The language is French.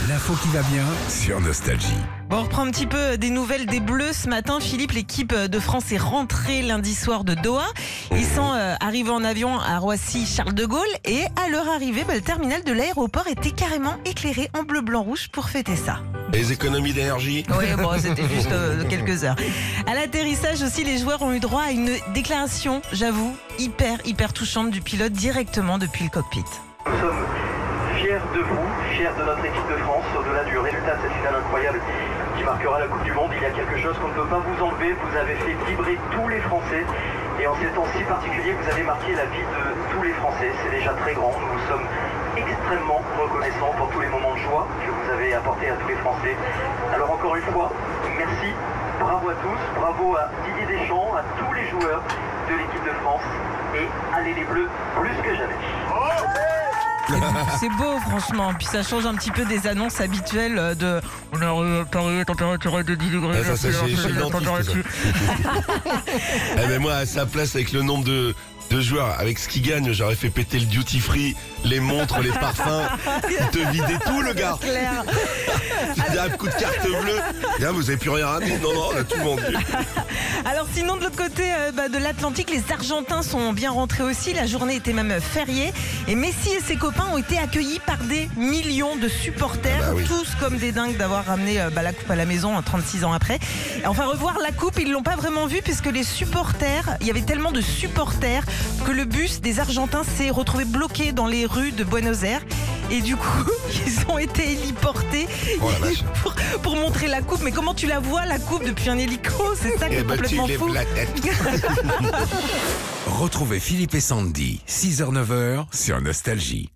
L'info qui va bien sur Nostalgie. Bon, on reprend un petit peu des nouvelles des Bleus ce matin. Philippe, l'équipe de France est rentrée lundi soir de Doha. Ils sont arrivés en avion à Roissy-Charles de Gaulle et à leur arrivée, le terminal de l'aéroport était carrément éclairé en bleu, blanc, rouge pour fêter ça. Les économies d'énergie. Oui, bon, c'était juste quelques heures. À l'atterrissage aussi, les joueurs ont eu droit à une déclaration, j'avoue, hyper touchante du pilote directement depuis le cockpit. Nous sommes fiers de vous, fiers de notre équipe de France, au-delà du résultat de cette finale incroyable qui marquera la Coupe du Monde. Il y a quelque chose qu'on ne peut pas vous enlever. Vous avez fait vibrer tous les Français et en ces temps si particuliers, vous avez marqué la vie de tous les Français. C'est déjà très grand. Nous vous sommes extrêmement reconnaissants pour tous les moments de joie que vous avez apportés à tous les Français. Alors encore une fois, merci, bravo à tous, bravo à Didier Deschamps, à tous les joueurs de l'équipe de France et allez les Bleus plus que jamais. C'est beau, franchement. Puis ça change un petit peu des annonces habituelles de on est à Paris, température de 10 degrés. Ah, ça, c'est chez le dentiste, Eh ben moi, à sa place, avec le nombre de joueurs, avec ce qu'il gagne, j'aurais fait péter le duty free, les montres, les parfums. Il te vidait tout, le gars. Clair. Il a un coup de carte bleue. Là, vous avez plus rien ramené. Non, on a tout vendu. Alors sinon, de l'autre côté de l'Atlantique, les Argentins sont bien rentrés aussi. La journée était même fériée. Et Messi et ses copains ont été accueillis par des millions de supporters. Ah bah oui. Tous comme des dingues d'avoir ramené la coupe à la maison 36 ans après. Et enfin, revoir la coupe, ils l'ont pas vraiment vue puisque les supporters, il y avait tellement de supporters que le bus des Argentins s'est retrouvé bloqué dans les rues de Buenos Aires. Et du coup, ils ont été héliportés Oh la vache. pour montrer la coupe. Mais comment tu la vois, la coupe, depuis un hélico? C'est ça qui est Eh ben, tu complètement lèves fou. la tête. Retrouvez Philippe et Sandy, 6h-9h sur Nostalgie.